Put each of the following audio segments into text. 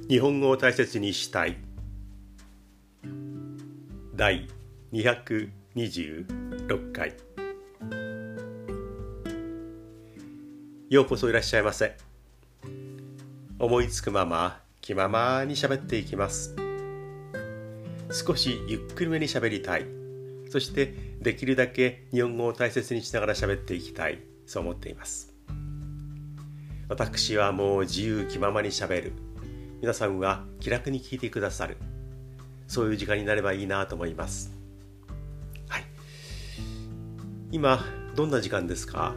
日本語を大切にしたい第226回。ようこそいらっしゃいませ。思いつくまま気ままに喋っていきます。少しゆっくりめに喋りたい、そしてできるだけ日本語を大切にしながら喋っていきたい、そう思っています。私はもう自由気ままに喋る、皆さんは気楽に聞いてくださる、そういう時間になればいいなと思います。はい。今どんな時間ですか？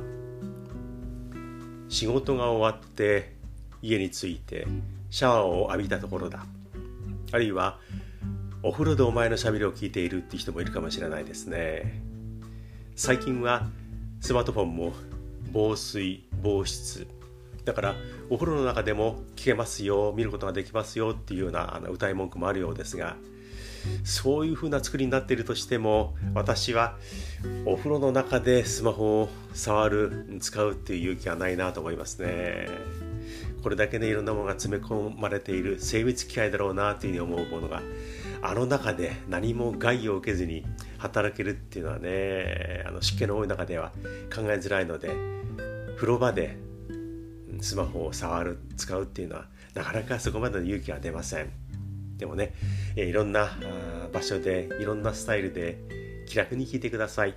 仕事が終わって家に着いてシャワーを浴びたところだ。あるいはお風呂でお前のしゃべりを聞いているって人もいるかもしれないですね。最近はスマートフォンも防水防湿だから、お風呂の中でも聞けますよ、見ることができますよっていうような歌い文句もあるようですが、そういう風な作りになっているとしても、私はお風呂の中でスマホを使うっていう勇気はないなと思いますね。これだけね、いろんなものが詰め込まれている精密機械だろうなというふうに思うものが、あの中で何も害を受けずに働けるっていうのはね、湿気の多い中では考えづらいので、風呂場でスマホを使うっていうのはなかなかそこまでの勇気は出ません。でもね、いろんな場所でいろんなスタイルで気楽に聞いてください。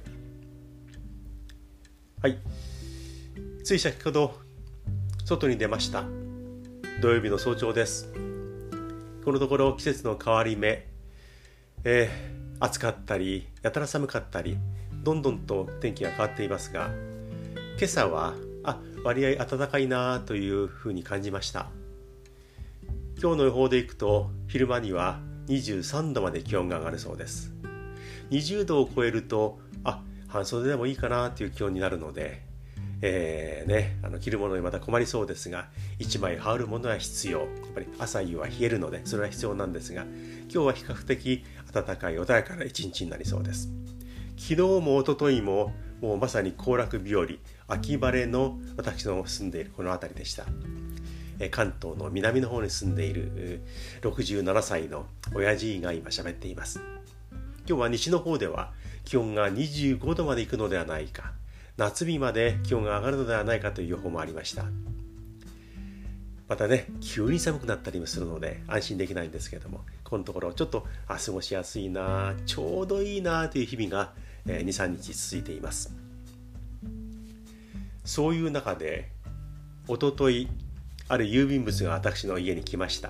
はい。つい先ほど外に出ました。土曜日の早朝です。このところ季節の変わり目、暑かったりやたら寒かったり、どんどんと天気が変わっていますが、今朝は割合暖かいなというふうに感じました。今日の予報でいくと、昼間には23度まで気温が上がるそうです。20度を超えると半袖でもいいかなという気温になるので、着るものにまた困りそうですが、1枚羽織るものは必要。やっぱり朝夕は冷えるのでそれは必要なんですが、今日は比較的暖かい穏やかな一日になりそうです。昨日も一昨日ももうまさに行楽日和、秋晴れの私の住んでいるこの辺りでした。関東の南の方に住んでいる67歳の親父が今喋っています。今日は西の方では気温が25度まで行くのではないか、夏日まで気温が上がるのではないかという予報もありました。またね、急に寒くなったりもするので安心できないんですけれども、このところちょっと過ごしやすいな、ちょうどいいなという日々が 2,3 日続いています。そういう中でおととい、ある郵便物が私の家に来ました。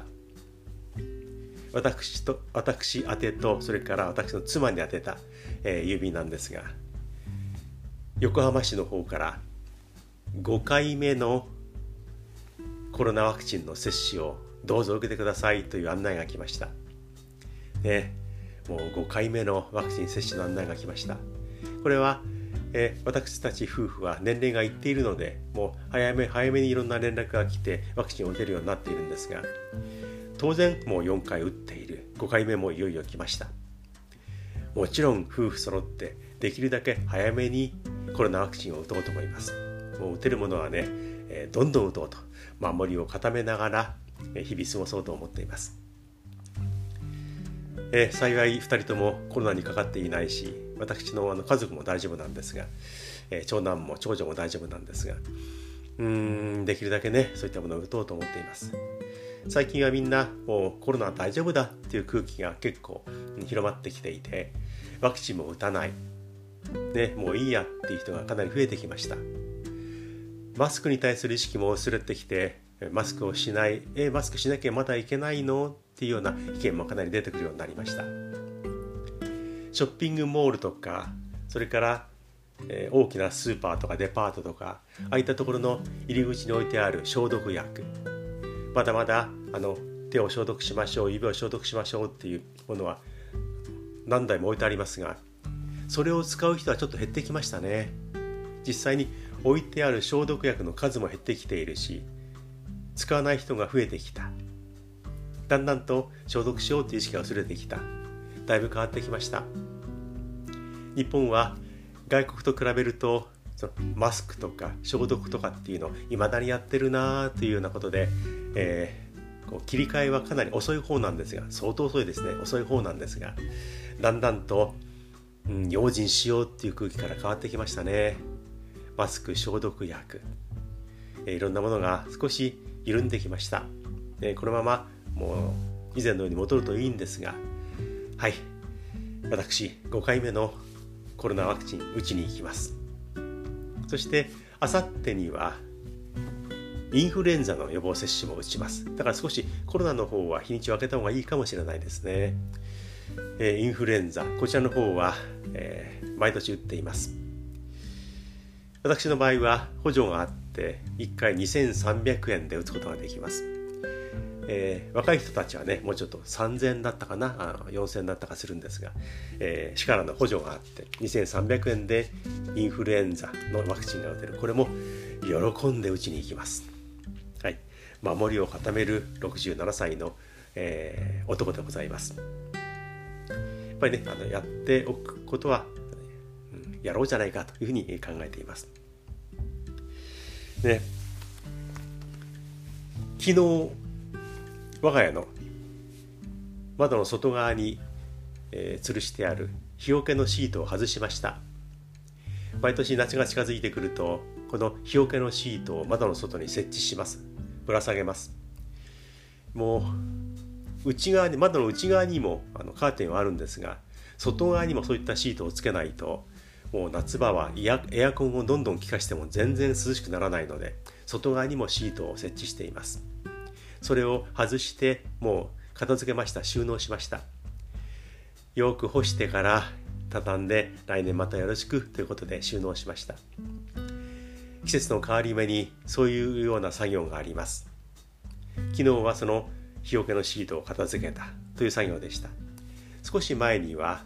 私宛てと、それから私の妻に宛てた、郵便なんですが、横浜市の方から5回目のコロナワクチンの接種をどうぞ受けてくださいという案内が来ました。もう5回目のワクチン接種の案内が来ました。これは、私たち夫婦は年齢がいっているので、もう早めにいろんな連絡が来てワクチンを打てるようになっているんですが、当然もう4回打っている。5回目もいよいよ来ました。もちろん夫婦揃ってできるだけ早めにコロナワクチンを打とうと思います。もう打てるものはね、どんどん打とうと守りを固めながら日々過ごそうと思っています。幸い2人ともコロナにかかっていないし、私の家族も大丈夫なんですが、長男も長女も大丈夫なんですが、できるだけね、そういったものを打とうと思っています。最近はみんなもうコロナは大丈夫だっていう空気が結構広まってきていて、ワクチンも打たない、もういいやっていう人がかなり増えてきました。マスクに対する意識も薄れてきて、マスクをしない、マスクしなきゃまだいけないのっていうような意見もかなり出てくるようになりました。ショッピングモールとか、それから、大きなスーパーとかデパートとか、ああいったところの入り口に置いてある消毒薬、まだまだ手を消毒しましょう、指を消毒しましょうっていうものは何台も置いてありますが、それを使う人はちょっと減ってきましたね。実際に置いてある消毒薬の数も減ってきているし、使わない人が増えてきた。だんだんと消毒しようという意識が薄れてきた。だいぶ変わってきました。日本は外国と比べるとそのマスクとか消毒とかっていうのを未だにやってるなというようなことで、 こう切り替えはかなり遅い方なんですが、相当遅いですね、遅い方なんですが、だんだんと、用心しようっていう空気から変わってきましたね。マスク、消毒薬、いろんなものが少し緩んできました。このままもう以前のように戻るといいんですが、はい、私5回目のコロナワクチン打ちに行きます。そしてあさってにはインフルエンザの予防接種も打ちます。だから少しコロナの方は日にちを空けた方がいいかもしれないですね。インフルエンザ、こちらの方は、毎年打っています。私の場合は補助があって1回2300円で打つことができます。若い人たちはね、もうちょっと3000円だったかな、4000円だったかするんですが、市からの補助があって2300円でインフルエンザのワクチンが打てる。これも喜んで打ちに行きます。はい、守りを固める67歳の、男でございます。やっぱりね、やっておくことは、やろうじゃないかというふうに考えています。で、昨日我が家の窓の外側に、吊るしてある日よけのシートを外しました。毎年夏が近づいてくると、この日よけのシートを窓の外に設置します。ぶら下げます。もう内側に、窓の内側にもカーテンはあるんですが、外側にもそういったシートをつけないと、もう夏場はエアコンをどんどん効かしても全然涼しくならないので、外側にもシートを設置しています。それを外してもう片付けました。収納しました。よく干してから畳んで、来年またよろしくということで収納しました。季節の変わり目にそういうような作業があります。昨日はその日よけのシートを片付けたという作業でした。少し前には、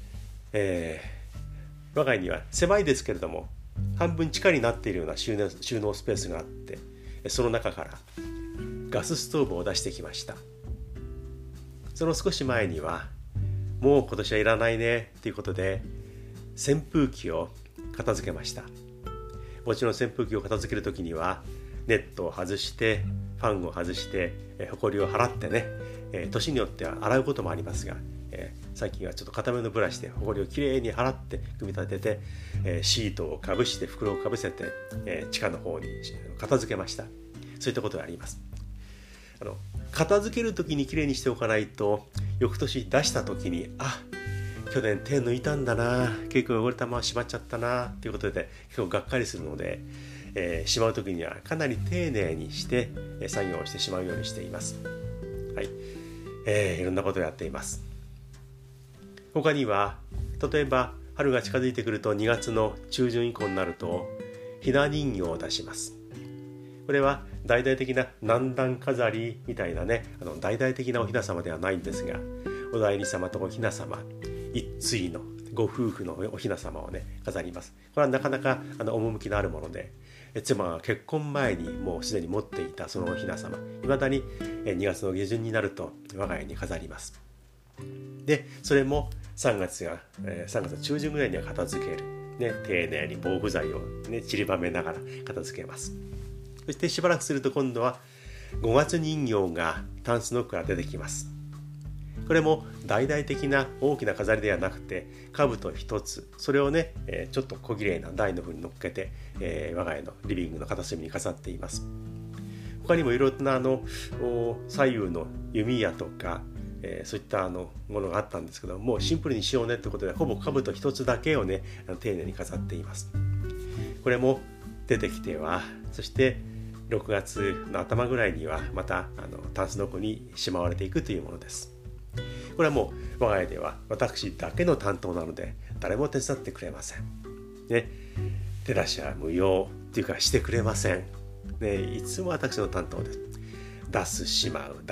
我が家には狭いですけれども半分地下になっているような収納スペースがあって、その中からガスストーブを出してきました。その少し前にはもう今年はいらないねということで扇風機を片付けました。もちろん扇風機を片付けるときにはネットを外してファンを外してホコリを払ってね、年によっては洗うこともありますが、最近はちょっと固めのブラシでホコリをきれいに払って組み立てて、シートをかぶして袋をかぶせて、地下の方に片付けました。そういったことがあります。片付けるときにきれいにしておかないと、翌年出したときに去年手抜いたんだな、結構汚れたまましまっちゃったなということで結構がっかりするので、しまうときにはかなり丁寧にして作業をしてしまうようにしています。はい、いろんなことをやっています。他には例えば春が近づいてくると2月の中旬以降になるとひな人形を出します。これは大々的な南段飾りみたいなね、大々的なおひな様ではないんですが、お内裏様とおひな様一対のご夫婦のおひな様をね飾ります。これはなかなか趣のあるもので、妻が結婚前にもうすでに持っていたそのおひな様、いまだに2月の下旬になると我が家に飾ります。でそれも3月中旬ぐらいには片付ける、丁寧に防腐剤を、散りばめながら片付けます。そしてしばらくすると今度は5月人形がタンスの奥から出てきます。これも大々的な大きな飾りではなくて兜一つ、それをねちょっと小綺麗な台の上に乗っけて、我が家のリビングの片隅に飾っています。他にもいろんな左右の弓矢とか、そういったものがあったんですけど、もうシンプルにしようねということでほぼ兜一つだけをね丁寧に飾っています。これも出てきては、そして6月の頭ぐらいにはまたタンスの奥にしまわれていくというものです。これはもう我が家では私だけの担当なので誰も手伝ってくれません、手出しは無用っていうかしてくれません、いつも私の担当です。出すしまう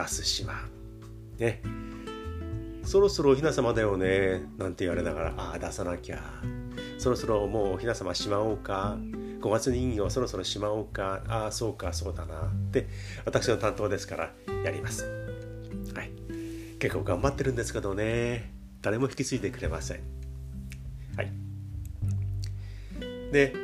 そろそろおひな様だよねなんて言われながら、出さなきゃ、そろそろもうおひな様しまおうか、5月人形はそろそろしまおうか、そうかそうだなって私の担当ですからやります。はい、結構頑張ってるんですけどね、誰も引き継いでくれません。はい、で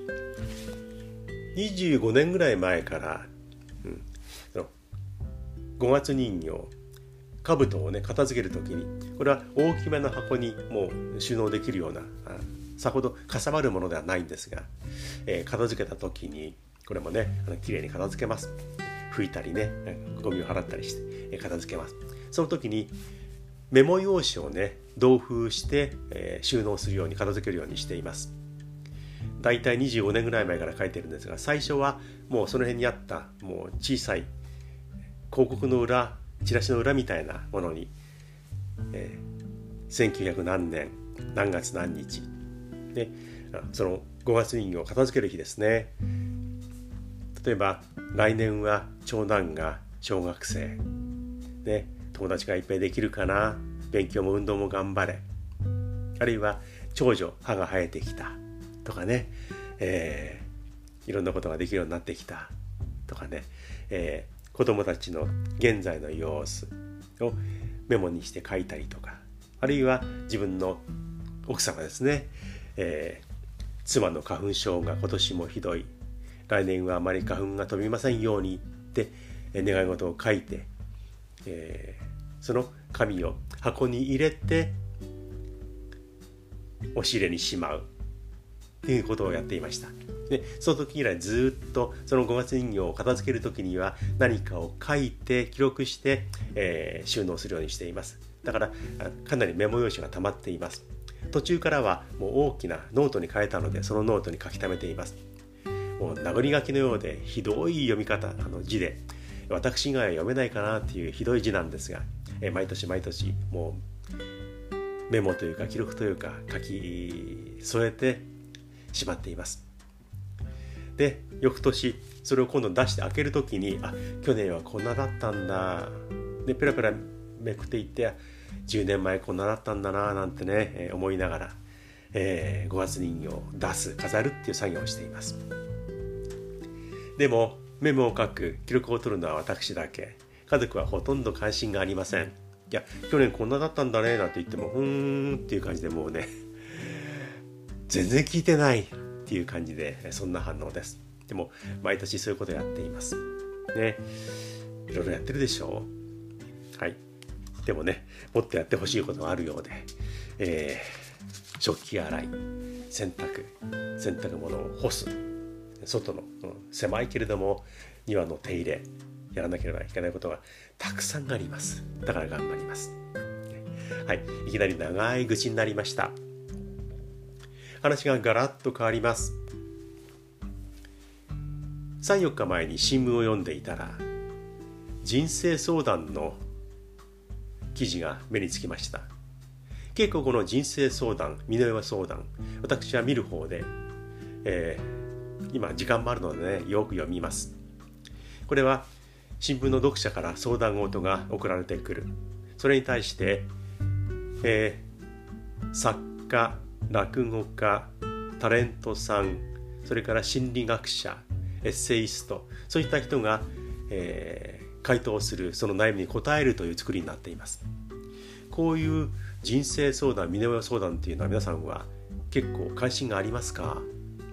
25年ぐらい前から、 5月人形、兜をね片付けるときに、これは大きめの箱にもう収納できるようなさほどかさばるものではないんですが、片付けたときにこれもねきれいに片付けます。拭いたりねゴミを払ったりして、片付けます。その時にメモ用紙をね同封して、収納するように片付けるようにしています。だいたい25年ぐらい前から書いてるんですが、最初はもうその辺にあったもう小さい広告の裏、チラシの裏みたいなものに、1900何年何月何日で、その5月人形を片付ける日ですね。例えば来年は長男が小学生で友達がいっぱいできるかな、勉強も運動も頑張れ、あるいは長女歯が生えてきたとかね、いろんなことができるようになってきたとかね、子供たちの現在の様子をメモにして書いたりとか、あるいは自分の奥様ですね、妻の花粉症が今年もひどい、来年はあまり花粉が飛びませんようにって願い事を書いて、その紙を箱に入れて押し入れにしまうっていうことをやっていました。でその時以来ずっとその5月人形を片付ける時には何かを書いて記録して、収納するようにしています。だからかなりメモ用紙が溜まっています。途中からはもう大きなノートに変えたので、そのノートに書き溜めています。もう殴り書きのようでひどい読み方、字で私以外は読めないかなっていうひどい字なんですが、毎年毎年もうメモというか記録というか書き添えてしまっています。で翌年それを今度出して開けるときに、去年はこんなだったんだでペラペラめくっていって、10年前こんなだったんだななんてね、思いながら、5月人形を出す飾るっていう作業をしています。でもメモを書く記録を取るのは私だけ、家族はほとんど関心がありません。いや去年こんなだったんだねなんて言ってもっていう感じで、もうね全然聞いてないっていう感じで、そんな反応です。でも毎年そういうことをやっていますね。いろいろやってるでしょう。はい。でもねもっとやってほしいことがあるようで、食器洗い、洗濯物を干す、外の狭いけれども庭の手入れ、やらなければいけないことがたくさんあります。だから頑張ります。はい、いきなり長い愚痴になりました。話がガラッと変わります。3、4日前に新聞を読んでいたら、人生相談の記事が目につきました。結構この人生相談、身の上相談、私は見る方で、今時間もあるのでね、よく読みます。これは新聞の読者から相談事が送られてくる。それに対して、作家、落語家、タレントさん、それから心理学者、エッセイスト、そういった人が、回答する、その悩みに答えるという作りになっています。こういう人生相談、身の上相談っていうのは皆さんは結構関心がありますか？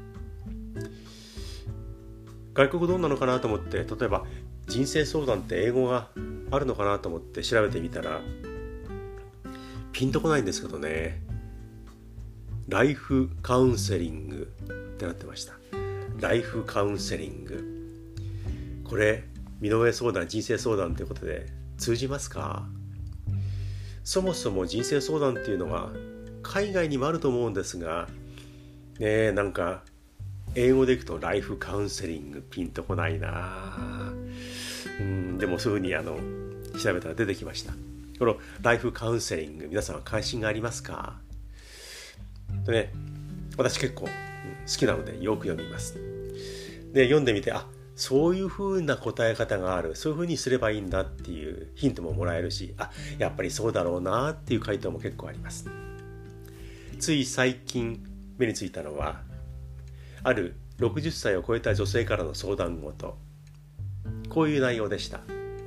外国どうなのかなと思って、例えば人生相談って英語があるのかなと思って調べてみたらピンとこないんですけどね、ライフカウンセリングってなってました。ライフカウンセリング、これ身の上相談、人生相談ということで通じますか？そもそも人生相談っていうのは海外にもあると思うんですがね、なんか英語でいくとライフカウンセリング、ピンとこないな。でもそういうふうに調べたら出てきました。このライフカウンセリング、皆さんは関心がありますか？でね、私結構好きなのでよく読みます。で読んでみて、そういうふうな答え方がある、そういうふうにすればいいんだっていうヒントももらえるし、やっぱりそうだろうなっていう回答も結構あります。つい最近目についたのは、ある60歳を超えた女性からの相談事。こういう内容でした。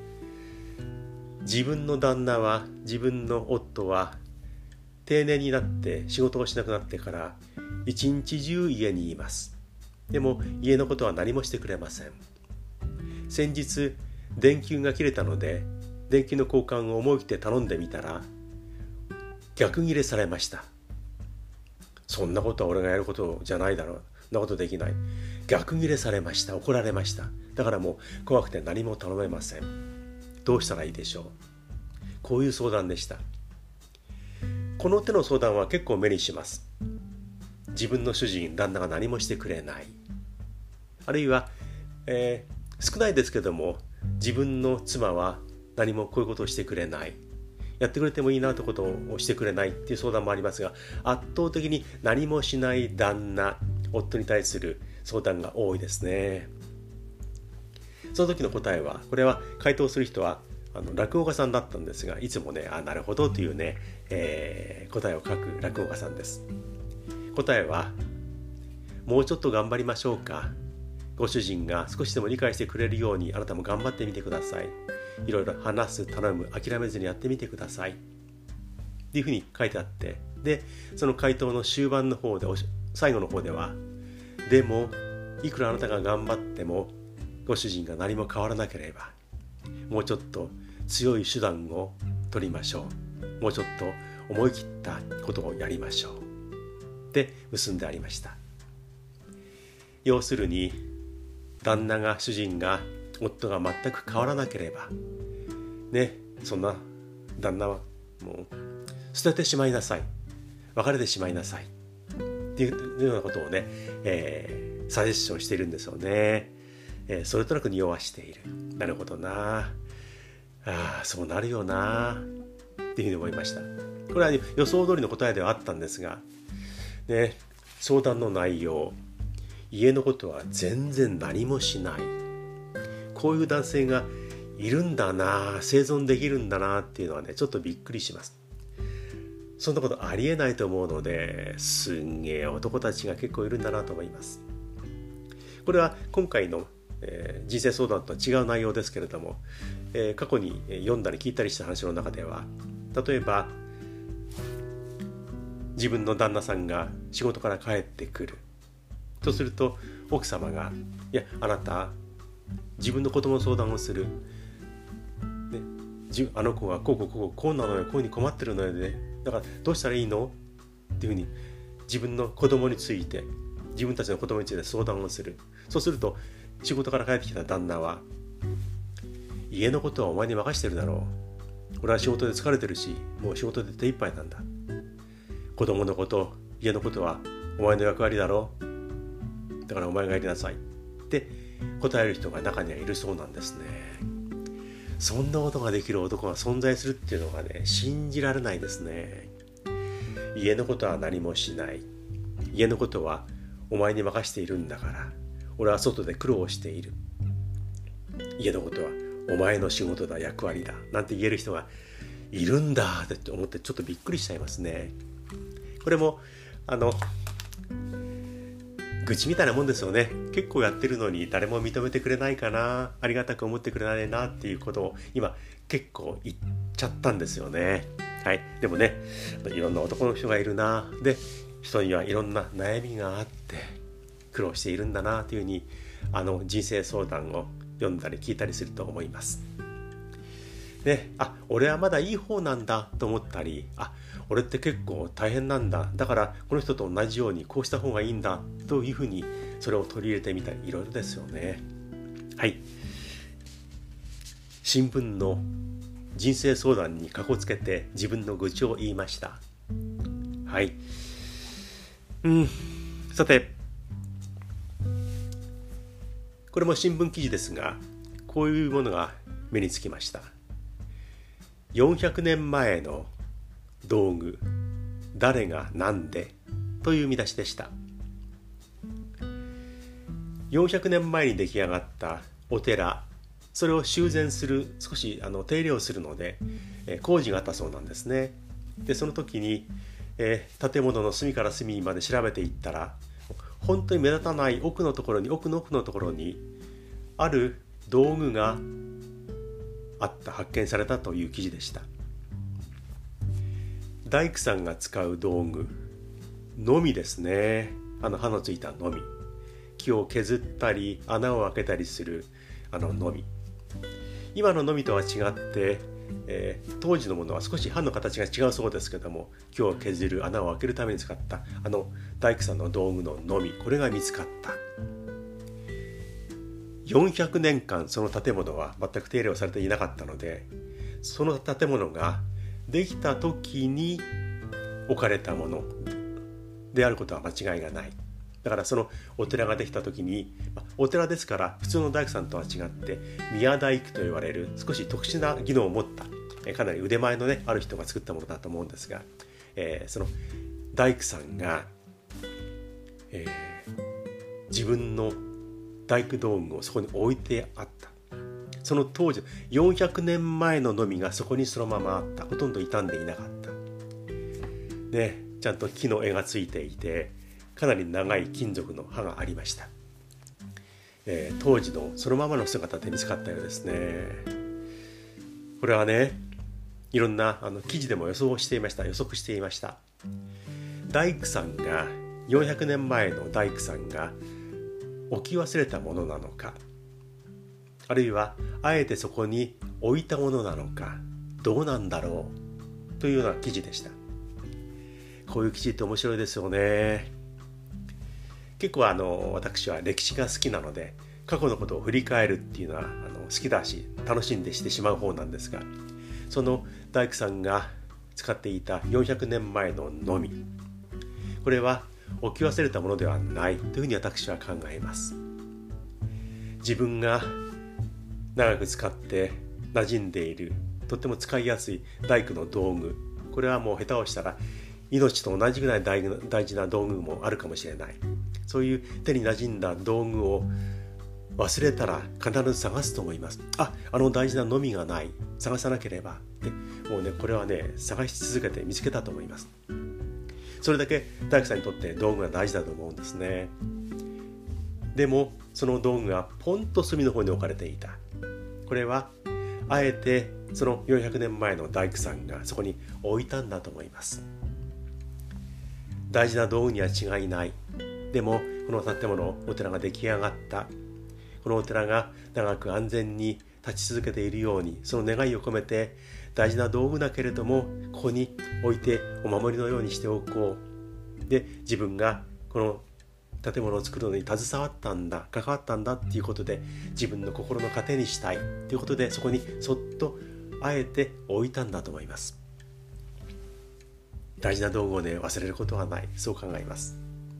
自分の旦那は、自分の夫は定年になって仕事をしなくなってから一日中家にいます。でも家のことは何もしてくれません。先日電球が切れたので電球の交換を思い切って頼んでみたら逆切れされました。そんなことは俺がやることじゃないだろう、そんなことできない。逆切れされました。怒られました。だからもう怖くて何も頼めません。どうしたらいいでしょう。こういう相談でした。この手の相談は結構目にします。自分の主人、旦那が何もしてくれない、あるいは、少ないですけども自分の妻は何もこういうことをしてくれない、やってくれてもいいなということをしてくれないっていう相談もありますが、圧倒的に何もしない旦那、夫に対する相談が多いですね。その時の答えは、これは回答する人は落語家さんだったんですが、いつもね、なるほどというね、答えを書く落語家さんです。答えは、もうちょっと頑張りましょうか。ご主人が少しでも理解してくれるようにあなたも頑張ってみてください。いろいろ話す、頼む、諦めずにやってみてくださいっていうふうに書いてあって、でその回答の終盤の方で、最後の方では、でもいくらあなたが頑張ってもご主人が何も変わらなければ、もうちょっと強い手段を取りましょう。もうちょっと思い切ったことをやりましょうって結んでありました。要するに、旦那が、主人が、夫が全く変わらなければね、そんな旦那はもう捨ててしまいなさい、別れてしまいなさいっていうようなことをね、サジェッションしているんですよね。それとなく匂わしている。なるほどな、そうなるよなっていうふうに思いました。これは予想通りの答えではあったんですがね、相談の内容、家のことは全然何もしない、こういう男性がいるんだな、生存できるんだなっていうのはね、ちょっとびっくりします。そんなことありえないと思うので、すんげえ男たちが結構いるんだなと思います。これは今回の、人生相談とは違う内容ですけれども、過去に読んだり聞いたりした話の中では、例えば自分の旦那さんが仕事から帰ってくるとすると、奥様が、いやあなた自分の子供の相談をする、ね、あの子はこうなのよ、こういうふうに困ってるのよね、だからどうしたらいいのっていうふうに自分の子供について、自分たちの子供について相談をする。そうすると仕事から帰ってきた旦那は、家のことはお前に任してるだろう、俺は仕事で疲れてるし、もう仕事で手一杯なんだ、子供のこと、家のことはお前の役割だろう、だからお前がやりなさいって答える人が中にはいるそうなんですね。そんなことができる男が存在するっていうのがね、信じられないですね。家のことは何もしない、家のことはお前に任しているんだから、俺は外で苦労している、家のことはお前の仕事だ、役割だなんて言える人がいるんだって思って、ちょっとびっくりしちゃいますね。これも愚痴みたいなもんですよね。結構やってるのに誰も認めてくれないかな、ありがたく思ってくれないなっていうことを今結構言っちゃったんですよね。はい。でもね、いろんな男の人がいるな、で人にはいろんな悩みがあって苦労しているんだなというふうに、人生相談を読んだり聞いたりすると思います。で、俺はまだいい方なんだと思ったり、俺って結構大変なんだ、だからこの人と同じようにこうした方がいいんだというふうにそれを取り入れてみたり、いろいろですよね。はい。新聞の人生相談にかこつけて自分の愚痴を言いました。はい。さて、これも新聞記事ですが、こういうものが目につきました。400年前の道具、誰がなんでという見出しでした。400年前に出来上がったお寺、それを修繕する、少し手入れをするので、工事があったそうなんですね。でその時に、建物の隅から隅まで調べていったら、本当に目立たない奥のところに、奥のところにある道具が発見されたという記事でした。大工さんが使う道具のみですね。刃のついたのみ、木を削ったり穴を開けたりするのみ。 今ののみとは違って、当時のものは少し刃の形が違うそうですけども、木を削る穴を開けるために使った大工さんの道具ののみ、これが見つかった。400年間その建物は全く手入れをされていなかったので、その建物ができた時に置かれたものであることは間違いがない。だからそのお寺ができた時に、お寺ですから普通の大工さんとは違って宮大工と言われる少し特殊な技能を持ったかなり腕前のねある人が作ったものだと思うんですが、その大工さんが、自分の大工道具をそこに置いてあった。その当時400年前ののみがそこにそのままあった。ほとんど傷んでいなかった。ね、ちゃんと木の柄がついていて、かなり長い金属の刃がありました。当時のそのままの姿で見つかったようですね。これはね、いろんな記事でも予測していました。大工さんが400年前の大工さんが置き忘れたものなのか、あるいはあえてそこに置いたものなのか、どうなんだろうというような記事でした。こういう記事って面白いですよね。結構私は歴史が好きなので、過去のことを振り返るっていうのは好きだし楽しんでしてしまう方なんですが、その大工さんが使っていた400年前ののみ、これは置き忘れたものではないというふうに私は考えます。自分が長く使って馴染んでいるとっても使いやすい大工の道具、これはもう下手をしたら命と同じぐらい大事な道具もあるかもしれない。そういう手に馴染んだ道具を忘れたら必ず探すと思います。大事なのみがない、探さなければ。でもうね、これはね、探し続けて見つけたと思います。それだけ大工さんにとって道具が大事だと思うんですね。でもその道具がポンと隅の方に置かれていた。これはあえてその400年前の大工さんがそこに置いたんだと思います。大事な道具には違いない。でもこの建物、お寺が出来上がった、このお寺が長く安全に立ち続けているように、その願いを込めて大事な道具だけれどもここに置いてお守りのようにしておこう。で、自分がこの建物を作るのに携わったんだ、関わったんだっていうことで、自分の心の糧にしたいということで、そこにそっとあえて置いたんだと思います。大事な道具をね、忘れることはない、そう考えます。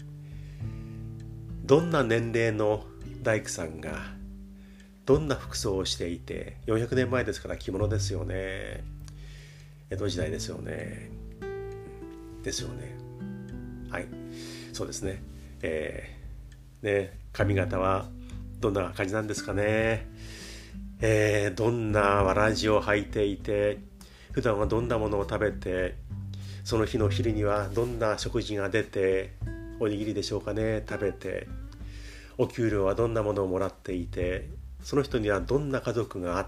どんな年齢の大工さんがどんな服装をしていて、400年前ですから着物ですよね。江戸時代ですよね。ですよね。はい、そうですね。髪型はどんな感じなんですかね。どんなわらじを履いていて、普段はどんなものを食べて、その日の昼にはどんな食事が出て、おにぎりでしょうかね、食べて、お給料はどんなものをもらっていて、その人にはどんな家族があって、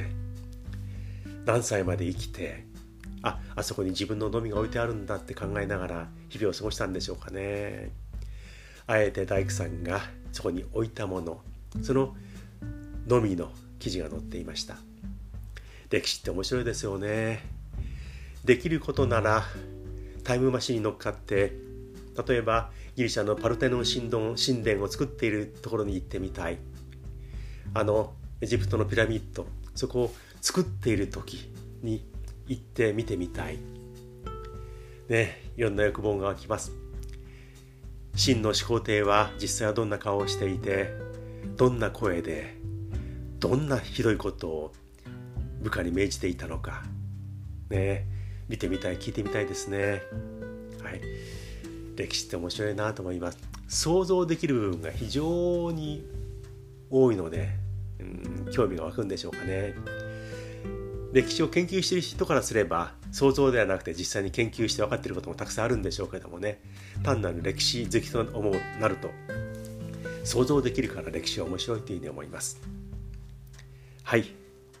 何歳まで生きて、あそこに自分ののみが置いてあるんだって考えながら日々を過ごしたんでしょうかね。あえて大工さんがそこに置いたもの、そののみの記事が載っていました。歴史って面白いですよね。できることならタイムマシンに乗っかって、例えばギリシャのパルテノン神殿を作っているところに行ってみたい。エジプトのピラミッド、そこを作っている時に行って見てみたい。ね、いろんな欲望が湧きます。真の始皇帝は実際はどんな顔をしていて、どんな声で、どんなひどいことを部下に命じていたのか、ね、見てみたい、聞いてみたいですね。はい、歴史って面白いなと思います。想像できる部分が非常に多いので、興味が湧くんでしょうかね。歴史を研究している人からすれば、想像ではなくて実際に研究して分かっていることもたくさんあるんでしょうけどもね、単なる歴史好きとなると、想像できるから歴史は面白いというふうに思います。はい。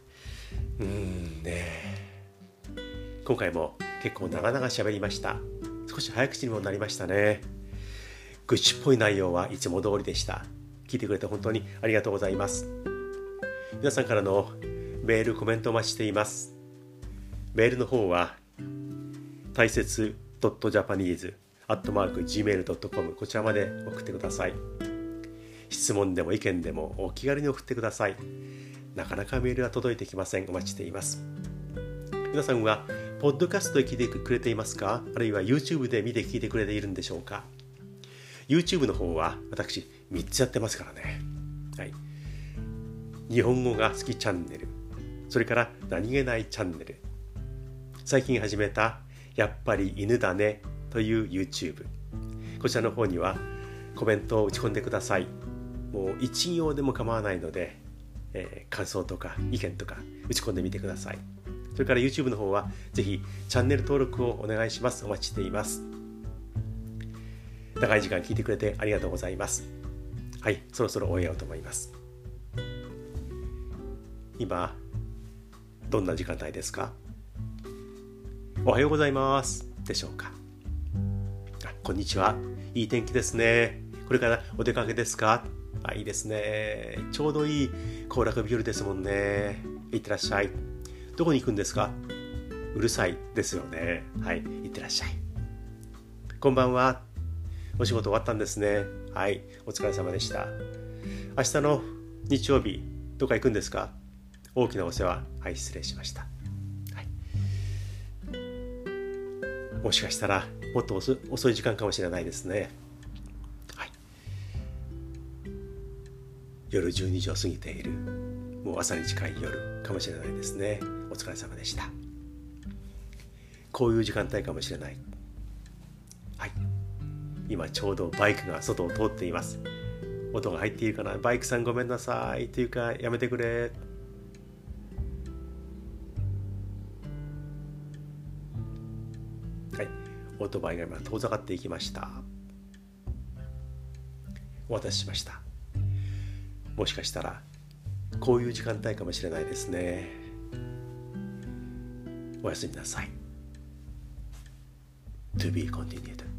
今回も結構長々喋りました。少し早口にもなりましたね。愚痴っぽい内容はいつも通りでした。聞いてくれて本当にありがとうございます。皆さんからのメールコメントお待ちしています。メールの方は大切 .japanese@gmail.com こちらまで送ってください。質問でも意見でもお気軽に送ってください。なかなかメールが届いてきません。お待ちしています。皆さんはポッドキャストで聞いてくれていますか？あるいは YouTube で見て聞いてくれているんでしょうか？ YouTube の方は私3つやってますからね。はい。日本語が好きチャンネル、それから何気ないチャンネル、最近始めたやっぱり犬だねという YouTube、 こちらの方にはコメントを打ち込んでください。もう一行でも構わないので、感想とか意見とか打ち込んでみてください。それから YouTube の方はぜひチャンネル登録をお願いします。お待ちしています。長い時間聞いてくれてありがとうございます。はい、そろそろ終えようと思います。今どんな時間帯ですか？おはようございますでしょうか？こんにちは、いい天気ですね。これからお出かけですか？いいですね。ちょうどいい行楽日和ですもんね。いってらっしゃい。どこに行くんですか？うるさいですよね。はい、いってらっしゃい。こんばんは。お仕事終わったんですね。はい、お疲れ様でした。明日の日曜日どっか行くんですか？大きなお世話。はい、失礼しました。はい、もしかしたらもっと遅い時間かもしれないですね。はい、夜12時を過ぎている、もう朝に近い夜かもしれないですね。お疲れ様でした。こういう時間帯かもしれない。はい、今ちょうどバイクが外を通っています。音が入っているかな？バイクさんごめんなさいというかやめてくれ。はい、オートバイが今遠ざかっていきました。お渡ししました。もしかしたらこういう時間帯かもしれないですね。おやすみなさい。To be continued.